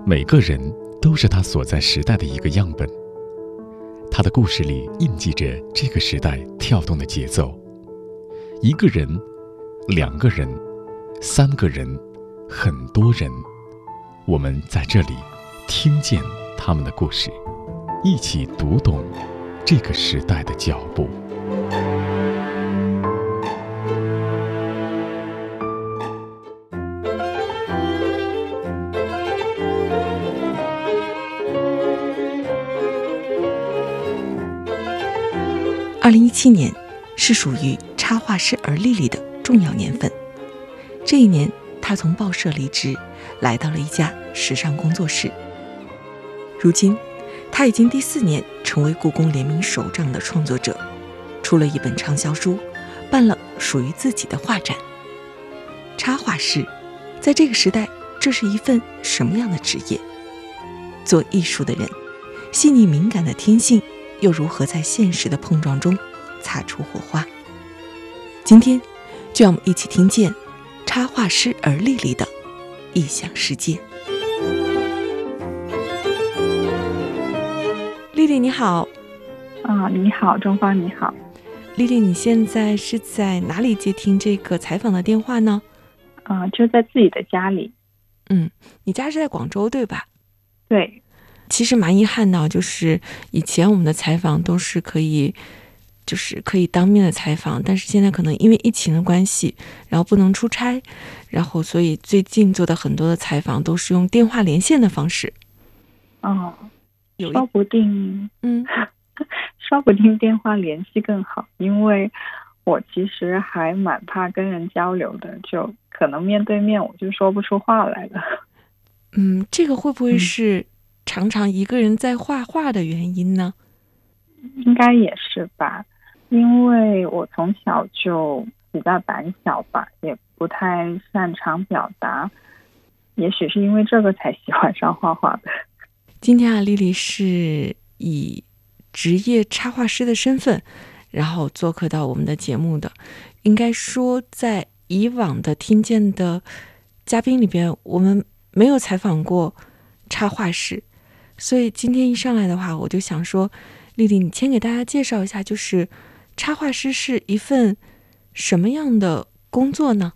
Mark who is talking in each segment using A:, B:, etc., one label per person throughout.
A: 每个人都是他所在时代的一个样本，他的故事里印记着这个时代跳动的节奏。一个人，两个人，三个人，很多人，我们在这里听见他们的故事，一起读懂这个时代的脚步。
B: 2017年是属于插画师儿丽丽的重要年份。这一年，她从报社离职，来到了一家时尚工作室。如今，她已经第4年成为故宫联名首张的创作者，出了一本畅销书，办了属于自己的画展。插画师，在这个时代，这是一份什么样的职业？做艺术的人，细腻敏感的天性又如何在现实的碰撞中擦出火花？今天就让我们一起听见插画师儿丽丽的异想世界。丽丽你好。
C: 你好，钟芳你好。
B: 丽丽，你现在是在哪里接听这个采访的电话呢？
C: 就在自己的家里。
B: 你家是在广州对吧？
C: 对。
B: 其实蛮遗憾的，就是以前我们的采访都是可以当面的采访，但是现在可能因为疫情的关系，然后不能出差，然后所以最近做的很多的采访都是用电话连线的方式。
C: 说不定说不定电话联系更好，因为我其实还蛮怕跟人交流的，就可能面对面我就说不出话来了。
B: 这个会不会是常常一个人在画画的原因呢？
C: 应该也是吧，因为我从小就比较胆小吧，也不太擅长表达，也许是因为这个才喜欢上画画的。
B: 今天丽丽是以职业插画师的身份，然后做客到我们的节目的。应该说在以往的听见的嘉宾里边，我们没有采访过插画师，所以今天一上来的话，我就想说，丽丽，你先给大家介绍一下，就是插画师是一份什么样的工作呢？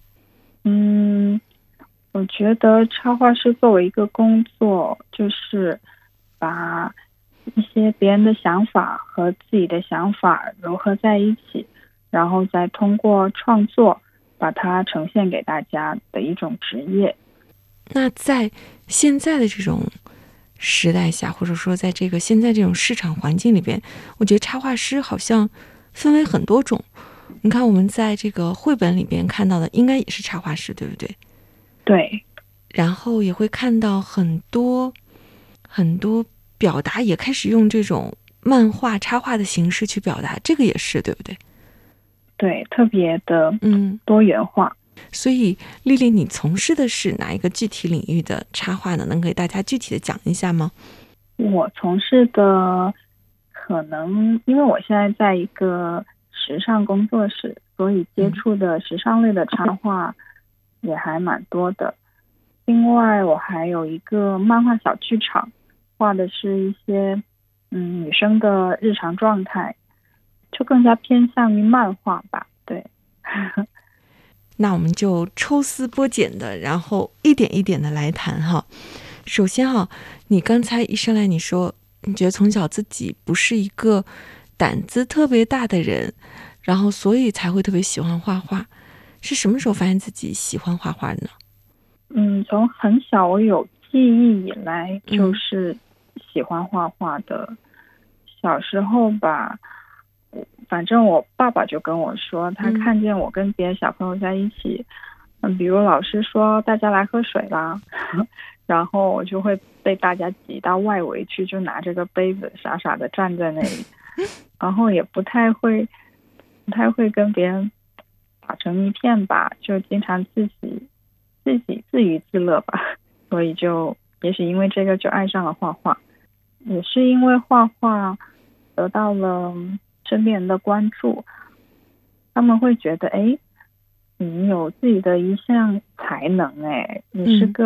C: 我觉得插画师作为一个工作，就是把一些别人的想法和自己的想法糅合在一起，然后再通过创作把它呈现给大家的一种职业。
B: 那在现在的这种时代下，或者说在这个现在这种市场环境里边，我觉得插画师好像分为很多种。你看我们在这个绘本里边看到的应该也是插画师，对不对？
C: 对。
B: 然后也会看到很多表达也开始用这种漫画插画的形式去表达，这个也是对不对？
C: 对，特别的多元化。
B: 所以丽丽，你从事的是哪一个具体领域的插画呢？能给大家具体的讲一下吗？
C: 我从事的可能因为我现在在一个时尚工作室，所以接触的时尚类的插画也还蛮多的。另外我还有一个漫画小剧场，画的是一些女生的日常状态，就更加偏向于漫画吧。对。
B: 那我们就抽丝剥茧的，然后一点一点的来谈哈。首先你刚才一上来你说你觉得从小自己不是一个胆子特别大的人，然后所以才会特别喜欢画画，是什么时候发现自己喜欢画画呢？
C: 从很小我有记忆以来就是喜欢画画的。小时候吧，反正我爸爸就跟我说，他看见我跟别的小朋友在一起，比如老师说大家来喝水啦，然后我就会被大家挤到外围去，就拿着个杯子傻傻的站在那里，然后也不太会跟别人打成一片吧，就经常自娱自乐吧。所以就也许因为这个就爱上了画画，也是因为画画得到了身边人的关注，他们会觉得你有自己的一项才能，你是个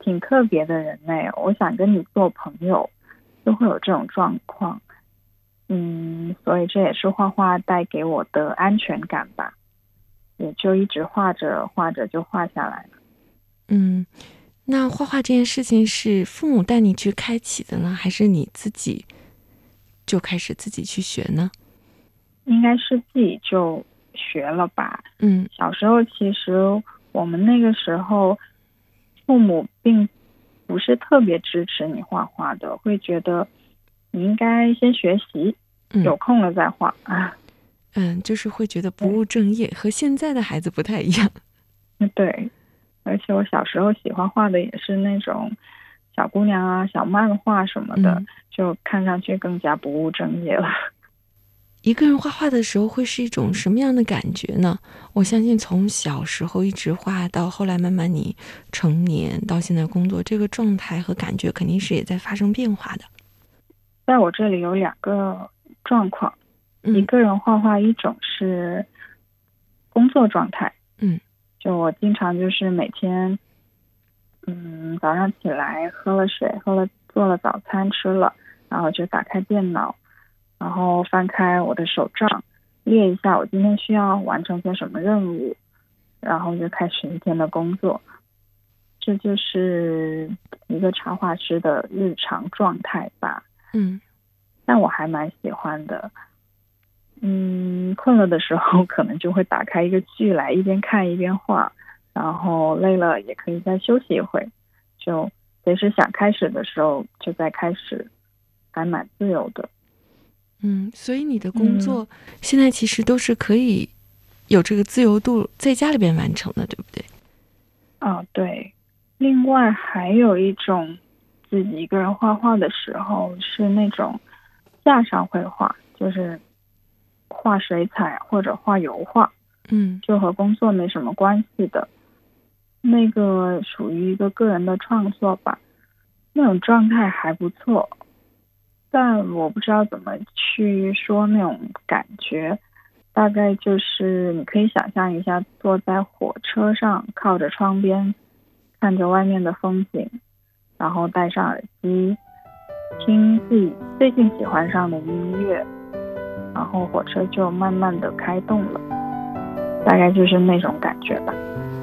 C: 挺特别的人类，我想跟你做朋友，就会有这种状况。所以这也是画画带给我的安全感吧，也就一直画着画着就画下来了。
B: 那画画这件事情是父母带你去开启的呢，还是你自己就开始自己去学呢？
C: 应该是自己就学了吧。小时候其实我们那个时候父母并不是特别支持你画画的，会觉得你应该先学习，有空了再画啊。
B: 就是会觉得不务正业，和现在的孩子不太一样。
C: 对，而且我小时候喜欢画的也是那种小姑娘啊、小漫画什么的，就看上去更加不务正业了。
B: 一个人画画的时候会是一种什么样的感觉呢？我相信从小时候一直画到后来慢慢你成年到现在工作，这个状态和感觉肯定是也在发生变化的。
C: 在我这里有2个状况，一个人画画，一种是工作状态。就我经常就是每天早上起来喝了水，做了早餐吃了，然后就打开电脑，然后翻开我的手账，列一下我今天需要完成些什么任务，然后就开始一天的工作。这就是一个插画师的日常状态吧。但我还蛮喜欢的。困了的时候可能就会打开一个剧来一边看一边画，然后累了也可以再休息一会，就随时想开始的时候就再开始，还蛮自由的。
B: 所以你的工作现在其实都是可以有这个自由度在家里边完成的，对不对？
C: 对。另外还有一种自己一个人画画的时候是那种架上绘画，就是画水彩或者画油画，就和工作没什么关系的，那个属于一个个人的创作吧，那种状态还不错。但我不知道怎么去说那种感觉，大概就是你可以想象一下，坐在火车上靠着窗边看着外面的风景，然后戴上耳机听自己最近喜欢上的音乐，然后火车就慢慢的开动了，大概就是那种感觉吧。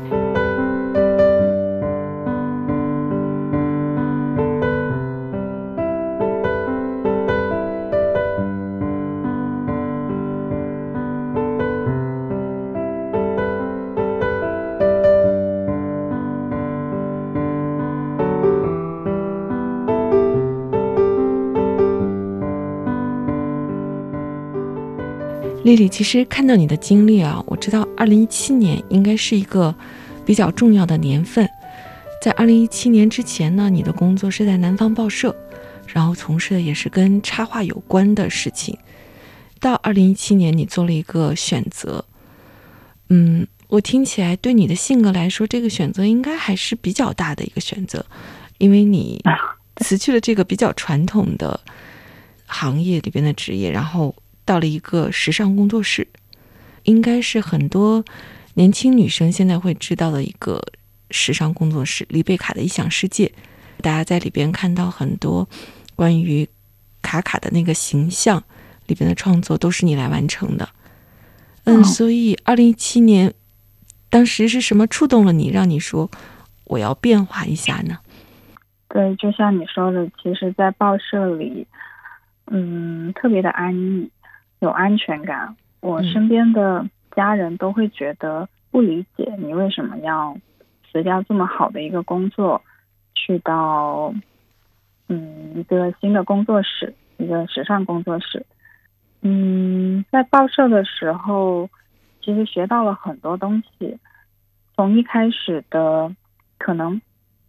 B: 丽丽，其实看到你的经历啊，我知道2017年应该是一个比较重要的年份。在2017年之前呢，你的工作是在南方报社，然后从事的也是跟插画有关的事情。到2017年，你做了一个选择。我听起来对你的性格来说，这个选择应该还是比较大的一个选择，因为你辞去了这个比较传统的行业里边的职业，然后到了一个时尚工作室，应该是很多年轻女生现在会知道的一个时尚工作室——丽贝卡的异想世界。大家在里边看到很多关于卡卡的那个形象里边的创作都是你来完成的。所以2017年当时是什么触动了你，让你说我要变化一下呢？
C: 对，就像你说的，其实在报社里特别的安逸，有安全感。我身边的家人都会觉得不理解你为什么要辞掉这么好的一个工作，去到一个新的工作室，一个时尚工作室。在报社的时候其实学到了很多东西，从一开始的可能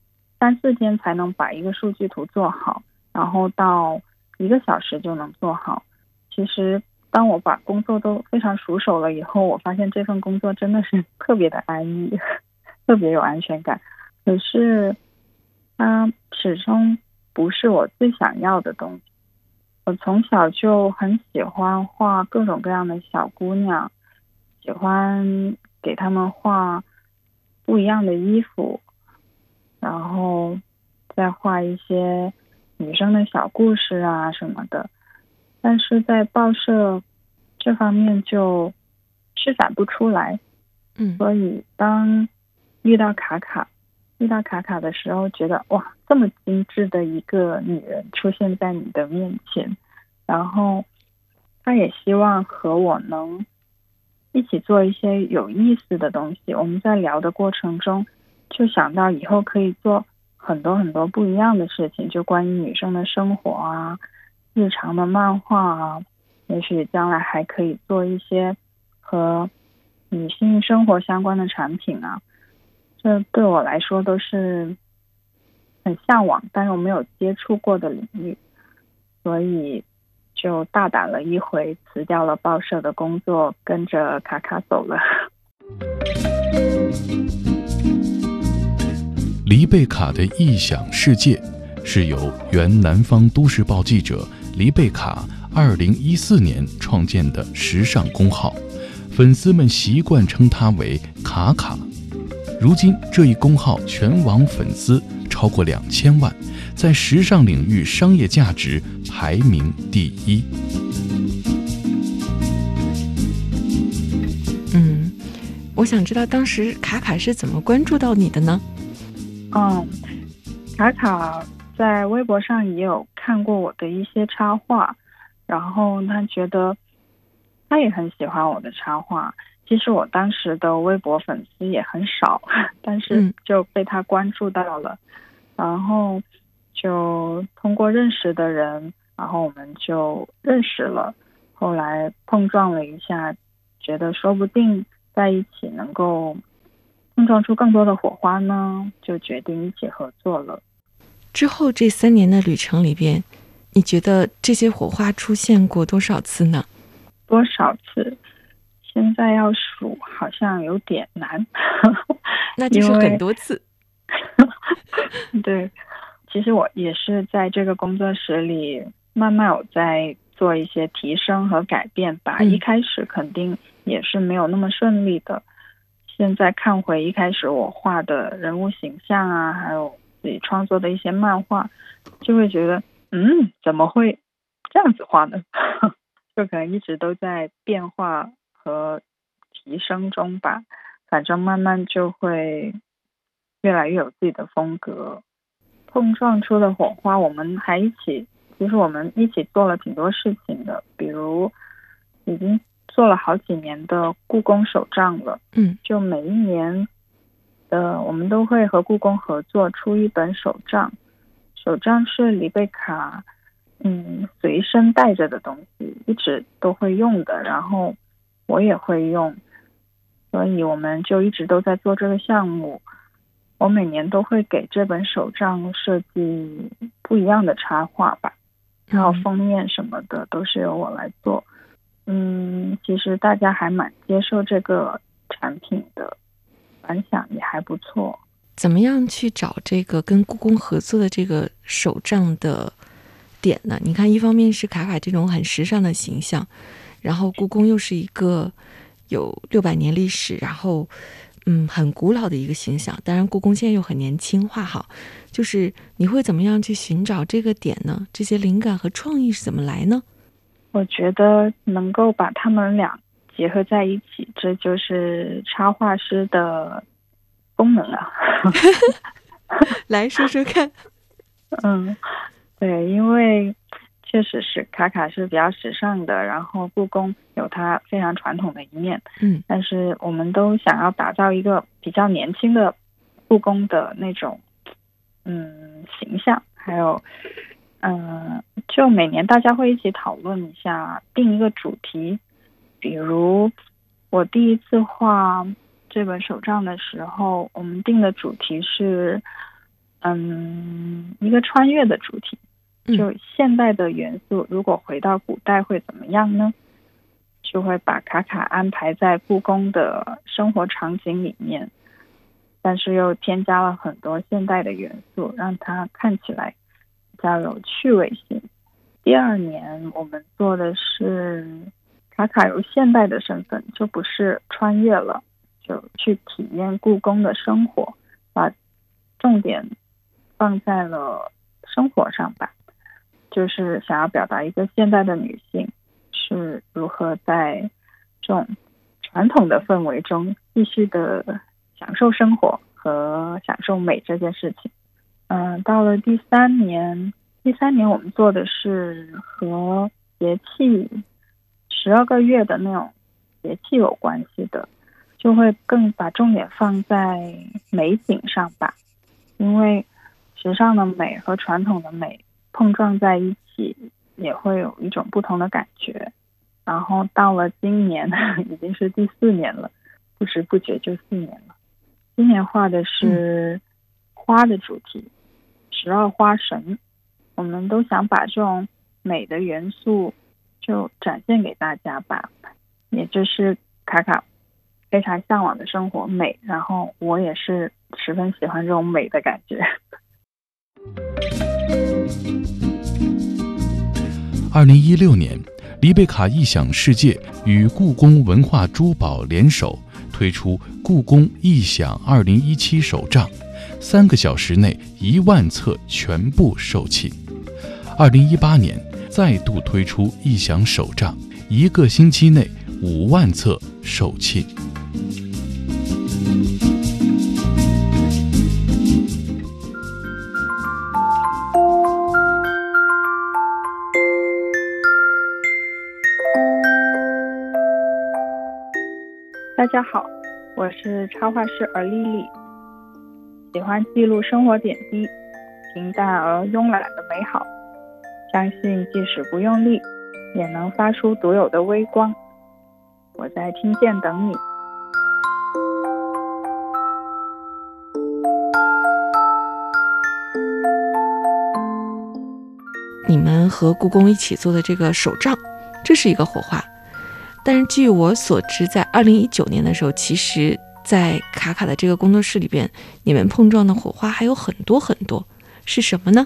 C: 3-4天才能把一个数据图做好，然后到1个小时就能做好。其实当我把工作都非常熟手了以后，我发现这份工作真的是特别的安逸，特别有安全感。可是它始终不是我最想要的东西。我从小就很喜欢画各种各样的小姑娘，喜欢给她们画不一样的衣服， 然后再画一些女生的小故事啊什么的。但是在报社这方面就施展不出来，所以当遇到卡卡的时候，觉得哇，这么精致的一个女人出现在你的面前，然后她也希望和我能一起做一些有意思的东西。我们在聊的过程中就想到以后可以做很多很多不一样的事情，就关于女生的生活啊，日常的漫画啊，也许将来还可以做一些和女性生活相关的产品啊，这对我来说都是很向往，但是我没有接触过的领域，所以就大胆了一回，辞掉了报社的工作，跟着卡卡走了。
D: 黎贝卡的异想世界是由原南方都市报记者黎贝卡2014年创建的时尚公号，粉丝们习惯称它为卡卡。如今这一公号全网粉丝超过2000万，在时尚领域商业价值排名第1。
B: 我想知道当时卡卡是怎么关注到你的呢？
C: 卡卡在微博上也有看过我的一些插画，然后他觉得他也很喜欢我的插画。其实我当时的微博粉丝也很少，但是就被他关注到了，然后就通过认识的人，然后我们就认识了，后来碰撞了一下，觉得说不定在一起能够碰撞出更多的火花呢，就决定一起合作了。
B: 之后这3年的旅程里边，你觉得这些火花出现过多少次呢？
C: 多少次？现在要数好像有点难。
B: 那就是很多次。
C: 对，其实我也是在这个工作室里慢慢有在做一些提升和改变吧。一开始肯定也是没有那么顺利的。现在看回一开始我画的人物形象啊，还有自己创作的一些漫画，就会觉得怎么会这样子画呢？就可能一直都在变化和提升中吧，反正慢慢就会越来越有自己的风格，碰撞出的火花。我们一起做了挺多事情的，比如已经做了好几年的故宫手账了。就每一年我们都会和故宫合作出一本手账。手账是黎贝卡随身带着的东西，一直都会用的，然后我也会用，所以我们就一直都在做这个项目。我每年都会给这本手账设计不一样的插画吧，然后封面什么的都是由我来做。其实大家还蛮接受这个产品的，反响也还不错。
B: 怎么样去找这个跟故宫合作的这个手账的点呢？你看，一方面是卡卡这种很时尚的形象，然后故宫又是一个有600年历史，然后很古老的一个形象。当然故宫现在又很年轻化好，就是你会怎么样去寻找这个点呢？这些灵感和创意是怎么来呢？
C: 我觉得能够把他们俩结合在一起，这就是插画师的功能啊。
B: 来说说看。
C: 对，因为确实是卡卡是比较时尚的，然后故宫有它非常传统的一面。但是我们都想要打造一个比较年轻的故宫的那种形象，还有就每年大家会一起讨论一下，定一个主题。比如我第一次画这本手账的时候，我们定的主题是一个穿越的主题，就现代的元素如果回到古代会怎么样呢？就会把卡卡安排在故宫的生活场景里面，但是又添加了很多现代的元素，让它看起来比较有趣味性。第2年我们做的是卡卡有现代的身份，就不是穿越了，就去体验故宫的生活，把重点放在了生活上吧，就是想要表达一个现代的女性是如何在这种传统的氛围中继续的享受生活和享受美这件事情。到了第三年我们做的是和节气12个月的那种节气有关系的，就会更把重点放在美景上吧，因为时尚的美和传统的美碰撞在一起，也会有一种不同的感觉。然后到了今年已经是第4年了，不知不觉就4年了。今年画的是花的主题，12花神。我们都想把这种美的元素就展现给大家吧，也就是卡卡非常向往的生活美，然后我也是十分喜欢这种美的感觉。
D: 2016年，黎贝卡异想世界与故宫文化珠宝联手推出故宫异想2017手账，3个小时内1万册全部售罄。2018年再度推出异想手账，1个星期内5万册售罄。
C: 大家好，我是插画师尔丽丽，喜欢记录生活点滴，平淡而慵懒的美好，相信即使不用力，也能发出独有的微光。我在听见等你。
B: 你们和故宫一起做的这个手账，这是一个火花。但是据我所知，在2019年的时候，其实在卡卡的这个工作室里边，你们碰撞的火花还有很多很多，是什么呢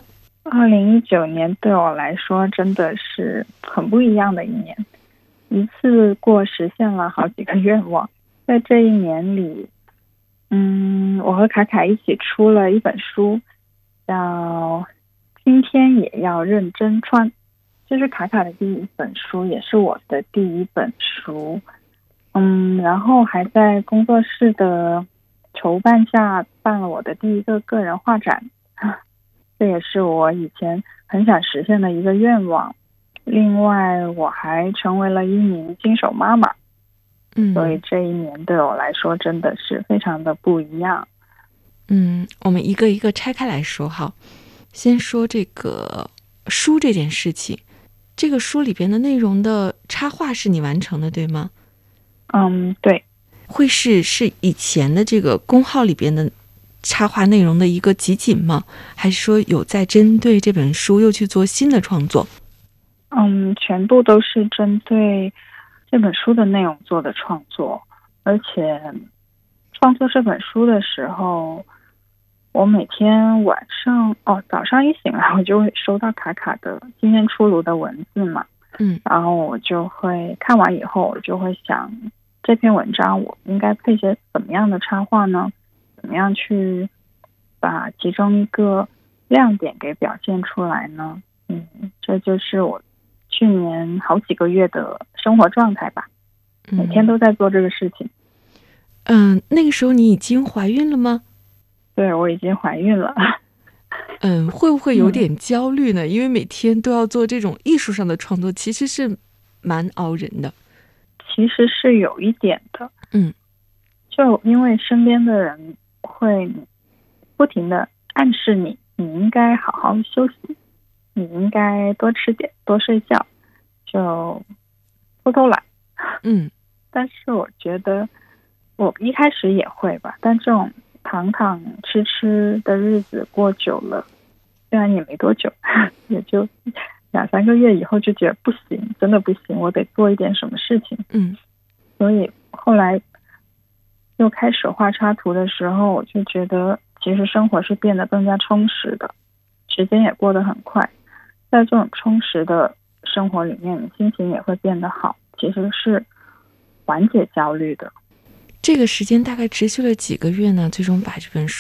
C: ？2019年对我来说真的是很不一样的一年，一次过实现了好几个愿望。在这一年里，我和卡卡一起出了一本书，叫《今天也要认真穿》，这是卡卡的第一本书，也是我的第一本书。然后还在工作室的筹办下办了我的第一个个人画展，这也是我以前很想实现的一个愿望。另外我还成为了一名新手妈妈，所以这一年对我来说真的是非常的不一样。
B: 我们一个一个拆开来说哈。先说这个书这件事情，这个书里边的内容的插画是你完成的对吗？
C: 对。
B: 会是以前的这个公号里边的插画内容的一个集锦吗？还是说有在针对这本书又去做新的创作？
C: 全部都是针对这本书的内容做的创作。而且创作这本书的时候，我每天早上一醒来，我就会收到卡卡的今天出炉的文字嘛。然后我就会看完以后，我就会想，这篇文章我应该配些怎么样的插画呢？怎么样去把其中一个亮点给表现出来呢？这就是我去年好几个月的生活状态吧，每天都在做这个事情。
B: 那个时候你已经怀孕了吗？
C: 对，我已经怀孕了。
B: 会不会有点焦虑呢？因为每天都要做这种艺术上的创作，其实是蛮熬人的。
C: 其实是有一点的。就因为身边的人会不停的暗示你应该好好休息，你应该多吃点，多睡觉，就偷懒。但是我觉得我一开始也会吧，但这种躺吃的日子过久了，虽然也没多久，也就2-3个月以后，就觉得不行，真的不行，我得做一点什么事情。所以后来又开始画插图的时候，我就觉得其实生活是变得更加充实的，时间也过得很快。在这种充实的生活里面，心情也会变得好，其实是缓解焦虑的。
B: 这个时间大概持续了几个月呢？最终把这本书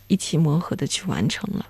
B: 一起磨合的去完成了？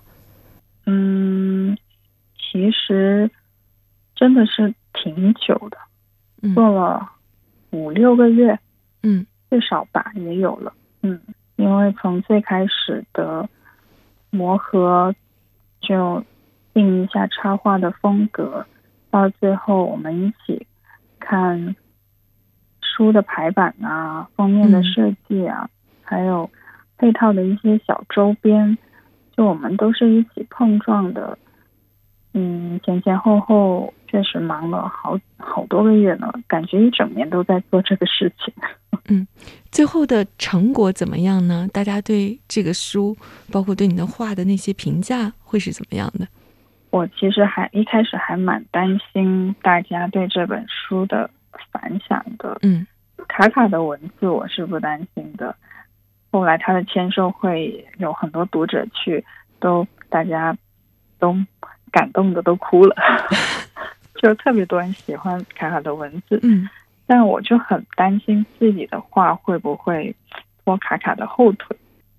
C: 其实真的是挺久的，做了5-6个月，最少吧，也有了。因为从最开始的磨合，就定一下插画的风格，到最后我们一起看书的排版啊，封面的设计啊，还有配套的一些小周边，就我们都是一起碰撞的。前前后后确实忙了好多个月呢，感觉一整年都在做这个事情。
B: 最后的成果怎么样呢？大家对这个书，包括对你的画的那些评价会是怎么样的？
C: 我其实一开始还蛮担心大家对这本书的反响的。卡卡的文字我是不担心的，后来他的签售会有很多读者去，大家都感动的都哭了，就特别多人喜欢卡卡的文字。但我就很担心自己的画会不会拖卡卡的后腿。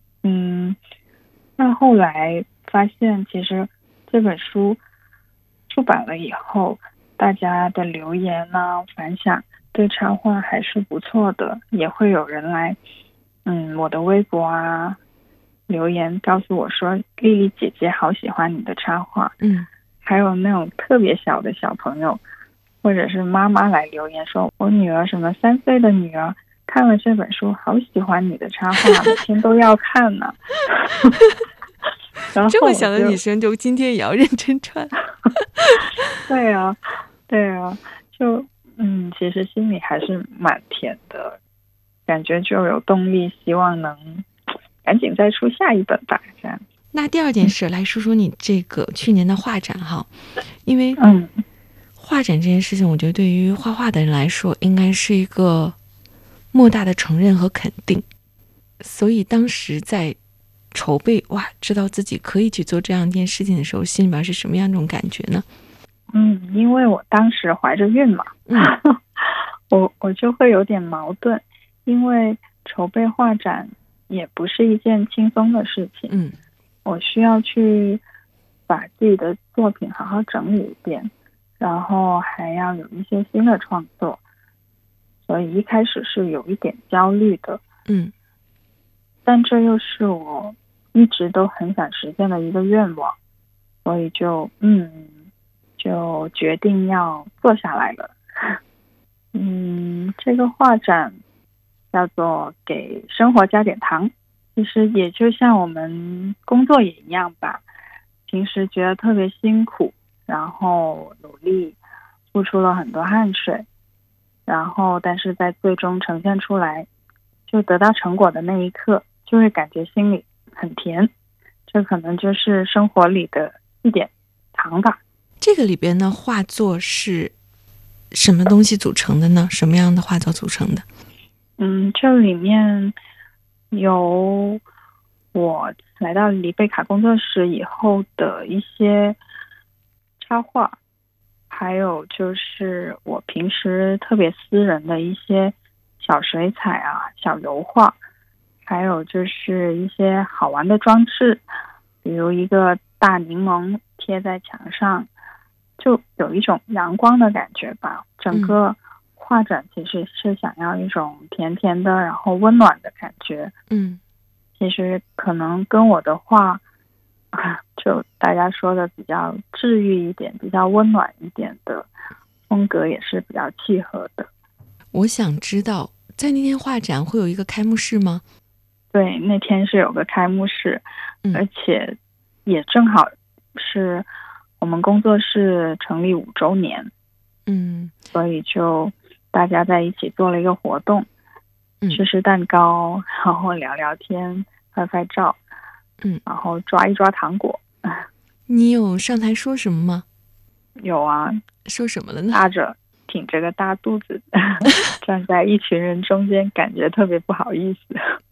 C: 那后来发现其实这本书出版了以后，大家的留言呢、反响对插画还是不错的，也会有人来我的微博啊留言告诉我说，丽丽姐姐好喜欢你的插画。还有那种特别小的小朋友或者是妈妈来留言说，我女儿什么3岁的女儿看了这本书好喜欢你的插画，每天都要看呢。然后
B: 这么小的女生就今天也要认真穿。
C: 对啊，就其实心里还是蛮甜的，感觉就有动力，希望能赶紧再出下一本吧，这样。
B: 那第二件事，来说说你这个去年的画展哈，因为画展这件事情，我觉得对于画画的人来说，应该是一个莫大的承认和肯定。所以当时在筹备知道自己可以去做这样一件事情的时候，心里边是什么样一种感觉呢？
C: 因为我当时怀着孕嘛，我就会有点矛盾，因为筹备画展也不是一件轻松的事情。我需要去把自己的作品好好整理一遍，然后还要有一些新的创作，所以一开始是有一点焦虑的。但这又是我一直都很想实现的一个愿望，所以就决定要做下来了。这个画展叫做给生活加点糖，其实也就像我们工作也一样吧，平时觉得特别辛苦，然后努力付出了很多汗水，然后但是在最终呈现出来就得到成果的那一刻，就会感觉心里很甜，这可能就是生活里的一点糖吧。
B: 这个里边的画作是什么东西组成的呢？什么样的画作组成的？
C: 这里面有我来到黎贝卡工作室以后的一些插画，还有就是我平时特别私人的一些小水彩啊、小油画，还有就是一些好玩的装置，比如一个大柠檬贴在墙上，就有一种阳光的感觉吧。整个画展其实是想要一种甜甜的然后温暖的感觉。其实可能跟我的画就大家说的比较治愈一点、比较温暖一点的风格也是比较契合的。
B: 我想知道在那天画展会有一个开幕式吗？
C: 对，那天是有个开幕式，而且也正好是我们工作室成立5周年，所以就大家在一起做了一个活动，吃蛋糕，然后聊聊天，拍照，然后抓一抓糖果。
B: 你有上台说什么吗？
C: 有啊。
B: 说什么了呢？
C: 挺着个大肚子站在一群人中间，感觉特别不好意思。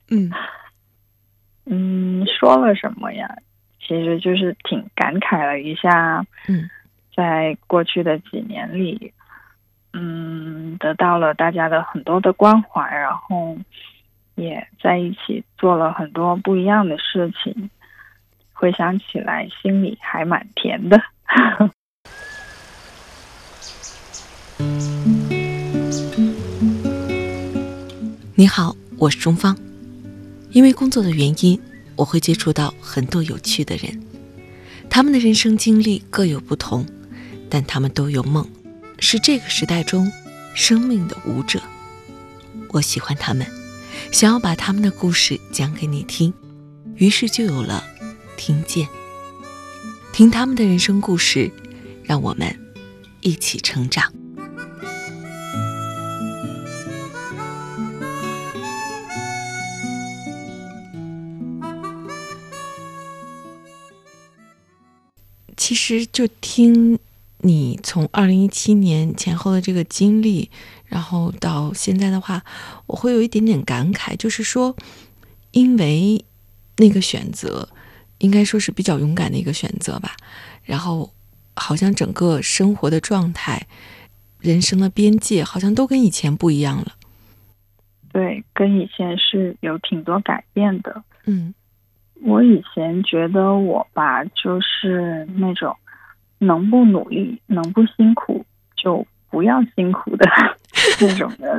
C: 说了什么呀？其实就是挺感慨了一下，在过去的几年里，得到了大家的很多的关怀，然后也在一起做了很多不一样的事情， 回想起来心里还蛮甜的。
B: 你好，我是钟芳。因为工作的原因，我会接触到很多有趣的人，他们的人生经历各有不同，但他们都有梦，是这个时代中生命的舞者。我喜欢他们，想要把他们的故事讲给你听，于是就有了听见。听他们的人生故事，让我们一起成长。其实就听你从2017年前后的这个经历，然后到现在的话，我会有一点点感慨，就是说因为那个选择应该说是比较勇敢的一个选择吧，然后好像整个生活的状态，人生的边界好像都跟以前不一样了。
C: 对，跟以前是有挺多改变的。我以前觉得我吧，就是那种能不努力能不辛苦就不要辛苦的那种人。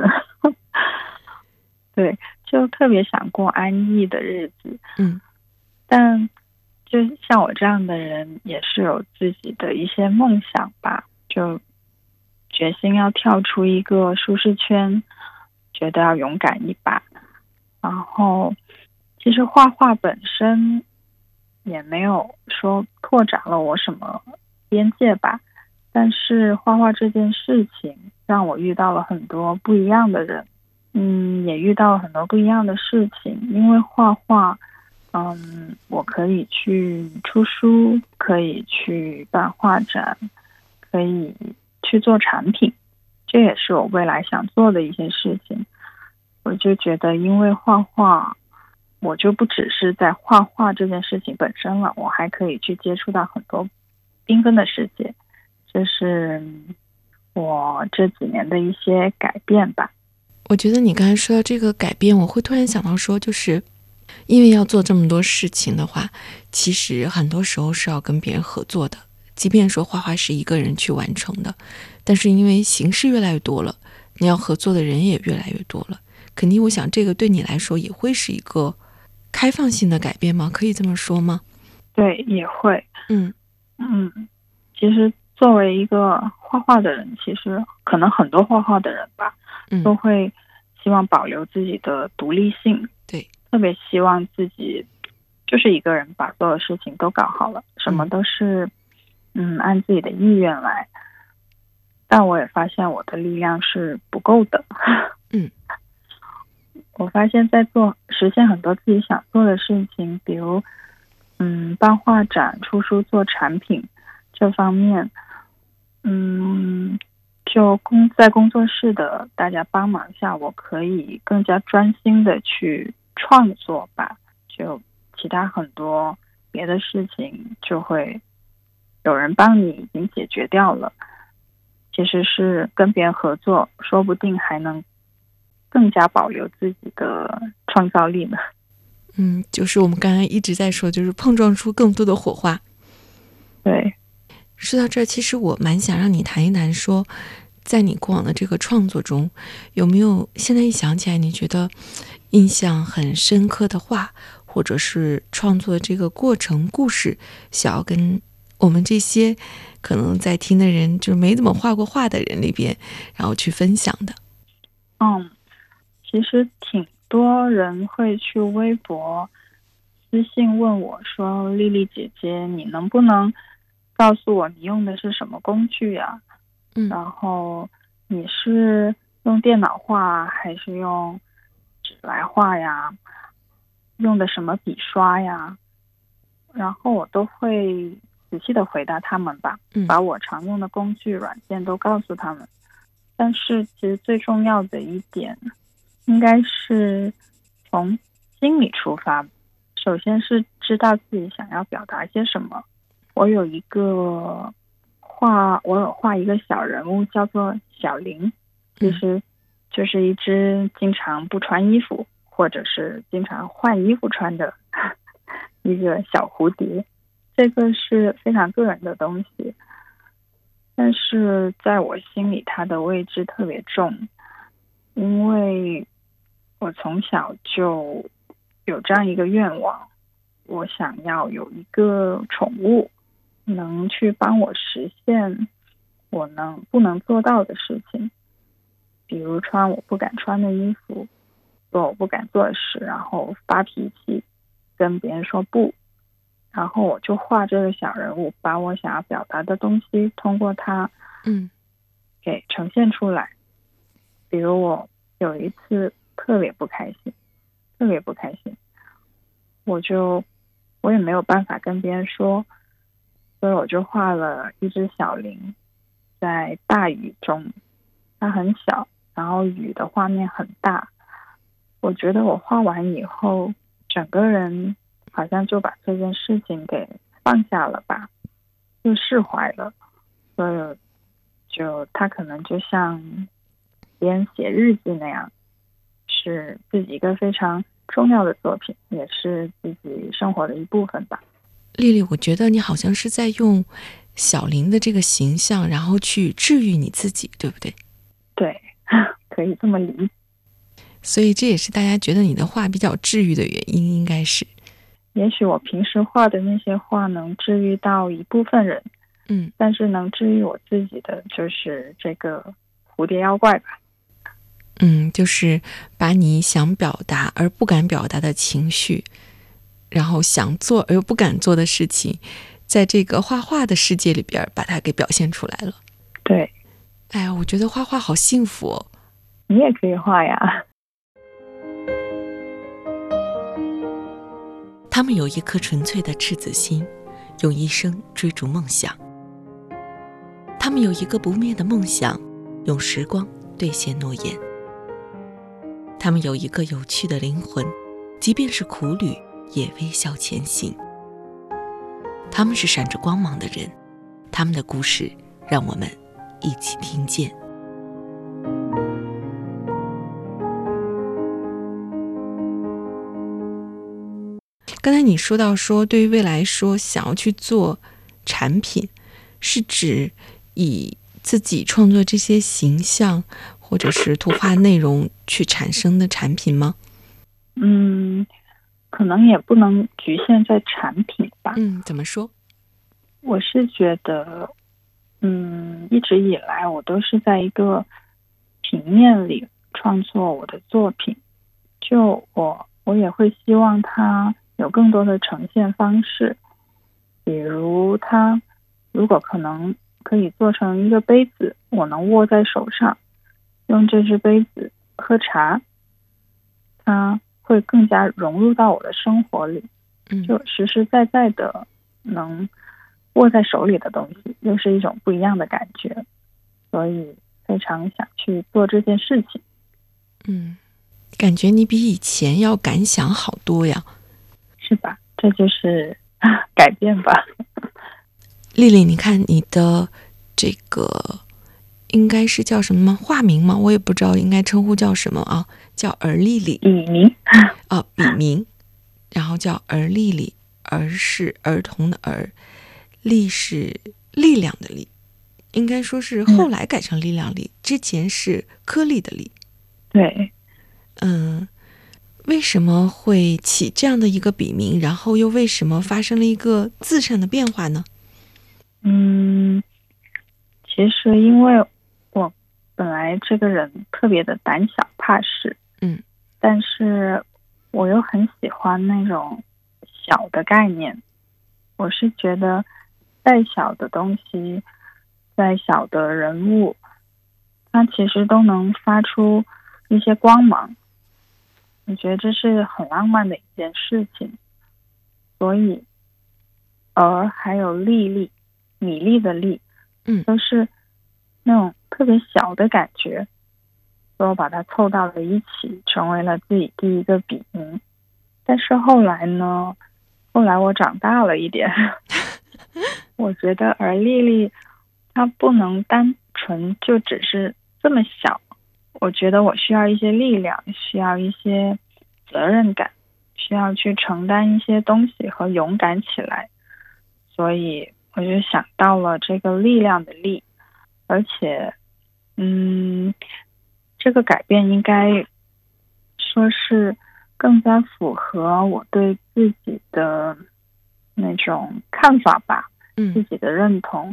C: 对，就特别想过安逸的日子。但就像我这样的人也是有自己的一些梦想吧，就决心要跳出一个舒适圈，觉得要勇敢一把。然后其实画画本身也没有说拓展了我什么边界吧，但是画画这件事情让我遇到了很多不一样的人，也遇到了很多不一样的事情。因为画画，我可以去出书，可以去办画展，可以去做产品，这也是我未来想做的一些事情。我就觉得因为画画，我就不只是在画画这件事情本身了，我还可以去接触到很多缤纷的世界，这是我这几年的一些改变吧。
B: 我觉得你刚才说到这个改变，我会突然想到说，就是因为要做这么多事情的话，其实很多时候是要跟别人合作的，即便说画画是一个人去完成的，但是因为形式越来越多了，你要合作的人也越来越多了，肯定我想这个对你来说也会是一个开放性的改变吗？可以这么说吗？
C: 对，也会。其实作为一个画画的人，其实可能很多画画的人吧，都会希望保留自己的独立性。
B: 对，
C: 特别希望自己就是一个人把所有事情都搞好了，什么都是按自己的意愿来。但我也发现我的力量是不够的。我发现在实现很多自己想做的事情，比如办画展、出书、做产品这方面，就在工作室的大家帮忙下，我可以更加专心的去创作吧。就其他很多别的事情就会有人帮你已经解决掉了，其实是跟别人合作，说不定还能更加保留自己的创造力呢。
B: 就是我们刚才一直在说，就是碰撞出更多的火花。
C: 对，
B: 说到这儿，其实我蛮想让你谈一谈说，在你过往的这个创作中，有没有现在一想起来你觉得印象很深刻的画，或者是创作的这个过程故事，想要跟我们这些可能在听的人，就是没怎么画过画的人里边，然后去分享的？
C: 其实挺多人会去微博私信问我说，丽丽姐姐，你能不能告诉我你用的是什么工具呀？然后你是用电脑画还是用纸来画呀？用的什么笔刷呀？然后我都会仔细的回答他们吧，把我常用的工具软件都告诉他们。但是其实最重要的一点应该是从心里出发，首先是知道自己想要表达些什么。我有画一个小人物叫做小林，其实就是一只经常不穿衣服或者是经常换衣服穿的一个小蝴蝶，这个是非常个人的东西，但是在我心里它的位置特别重，因为我从小就有这样一个愿望，我想要有一个宠物能去帮我实现我不能做到的事情，比如穿我不敢穿的衣服，做我不敢做的事，然后发脾气跟别人说不，然后我就画这个小人物，把我想要表达的东西通过它给呈现出来。比如我有一次特别不开心，我也没有办法跟别人说，所以我就画了一只小羚在大雨中，它很小，然后雨的画面很大。我觉得我画完以后，整个人好像就把这件事情给放下了吧，就释怀了。所以它可能就像别人写日记那样，是自己一个非常重要的作品，也是自己生活的一部分吧。
B: 丽丽，我觉得你好像是在用小羚的这个形象，然后去治愈你自己，对不对？
C: 对，可以这么理解。
B: 所以这也是大家觉得你的画比较治愈的原因，应该是。
C: 也许我平时画的那些画能治愈到一部分人，但是能治愈我自己的就是这个蝴蝶妖怪吧。
B: 就是把你想表达而不敢表达的情绪，然后想做而又不敢做的事情，在这个画画的世界里边把它给表现出来了。
C: 对。
B: 哎呀，我觉得画画好幸福哦。
C: 你也可以画呀。
B: 他们有一颗纯粹的赤子心，用一生追逐梦想。他们有一个不灭的梦想，用时光兑现诺言。他们有一个有趣的灵魂，即便是苦旅也微笑前行。他们是闪着光芒的人，他们的故事让我们一起听见。刚才你说到对于未来想要去做产品，是指以自己创作这些形象或者是图画内容去产生的产品吗？
C: 可能也不能局限在产品吧。
B: 怎么说？
C: 我是觉得一直以来我都是在一个平面里创作我的作品，就我也会希望它有更多的呈现方式，比如它如果可能可以做成一个杯子，我能握在手上，用这只杯子喝茶，它会更加融入到我的生活里，就实实在在的能握在手里的东西，又是一种不一样的感觉，所以非常想去做这件事情。
B: 感觉你比以前要敢想好多呀。
C: 是吧？这就是改变吧。
B: 丽丽，你看你的这个应该是叫什么吗？化名吗？我也不知道应该称呼叫什么啊，叫儿丽丽。
C: 笔名
B: 笔名，然后叫儿丽丽，儿是儿童的儿，丽是力量的力，应该说是后来改成力量力，之前是颗粒的粒。
C: 对。
B: 为什么会起这样的一个笔名，然后又为什么发生了一个字上的变化呢？
C: 其实因为我本来这个人特别的胆小怕事，但是我又很喜欢那种小的概念。我是觉得再小的东西，再小的人物，它其实都能发出一些光芒。我觉得这是很浪漫的一件事情，所以还有粒粒，米粒的粒，都是那种特别小的感觉，所以我把它凑到了一起，成为了自己第一个笔名。但是后来我长大了一点，我觉得儿丽丽它不能单纯就只是这么小，我觉得我需要一些力量，需要一些责任感， 需要去承担一些东西和勇敢起来，所以我就想到了这个力量的力，而且这个改变应该说是更加符合我对自己的那种看法吧，自己的认同。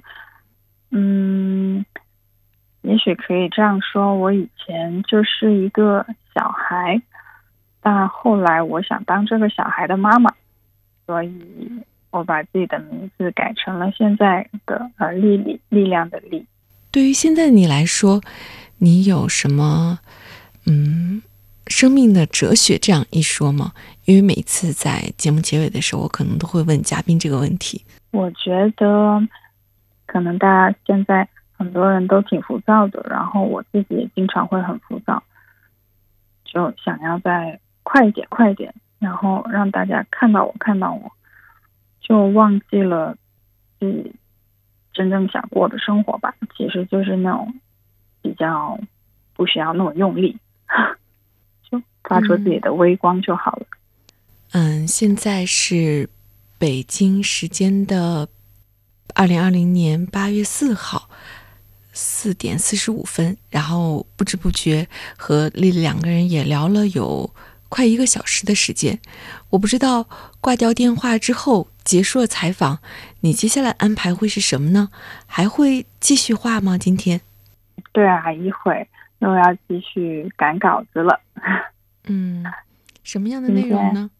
C: 也许可以这样说，我以前就是一个小孩，但后来我想当这个小孩的妈妈，所以我把自己的名字改成了现在的力量的力。
B: 对于现在的你来说，你有什么生命的哲学这样一说吗？因为每次在节目结尾的时候，我可能都会问嘉宾这个问题。
C: 我觉得可能大家现在很多人都挺浮躁的，然后我自己也经常会很浮躁，就想要再快一点，然后让大家看到我，就忘记了自己真正想过的生活吧。其实就是那种比较不需要那么用力，就发出自己的微光就好了。
B: 现在是北京时间的2020年8月4号4点45分，然后不知不觉和丽丽两个人也聊了有快1个小时的时间。我不知道挂掉电话之后结束了采访，你接下来安排会是什么呢？还会继续画吗？今天？
C: 对啊，一会又要继续赶稿子了。
B: 什么样的内容呢？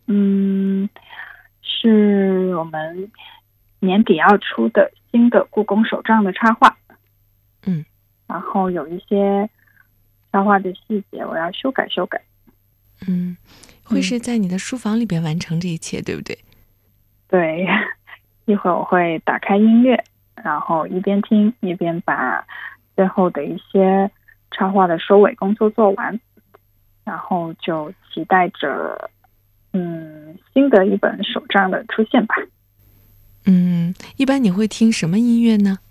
C: 是我们年底要出的新的故宫手账的插画。然后有一些插画的细节我要修改。
B: 会是在你的书房里边完成这一切，对不对？
C: 对，一会儿我会打开音乐，然后一边听一边把最后的一些插画的收尾工作做完，然后就期待着新的一本手账的出现吧。
B: 一般你会听什么音乐呢？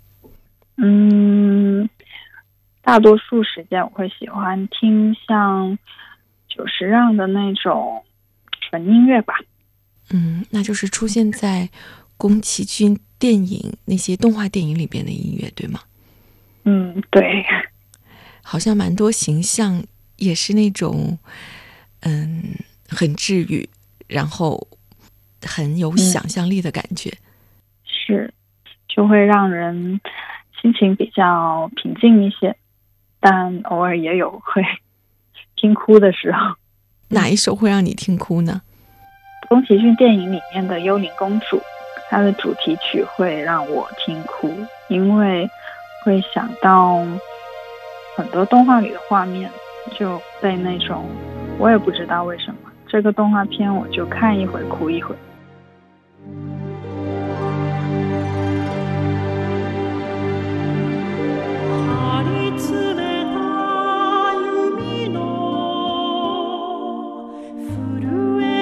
C: 大多数时间我会喜欢听像久石让的那种纯音乐吧。
B: 那就是出现在宫崎骏电影那些动画电影里边的音乐，对吗？
C: 对。
B: 好像蛮多形象也是那种很治愈，然后很有想象力的感觉。
C: 是，就会让人心情比较平静一些，但偶尔也有会听哭的时候。
B: 哪一首会让你听哭呢？
C: 宫崎骏电影里面的《幽灵公主》，它的主题曲会让我听哭，因为会想到很多动画里的画面，就被那种我也不知道为什么这个动画片我就看一会哭一会。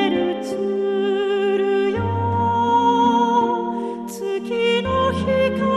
E: 月の光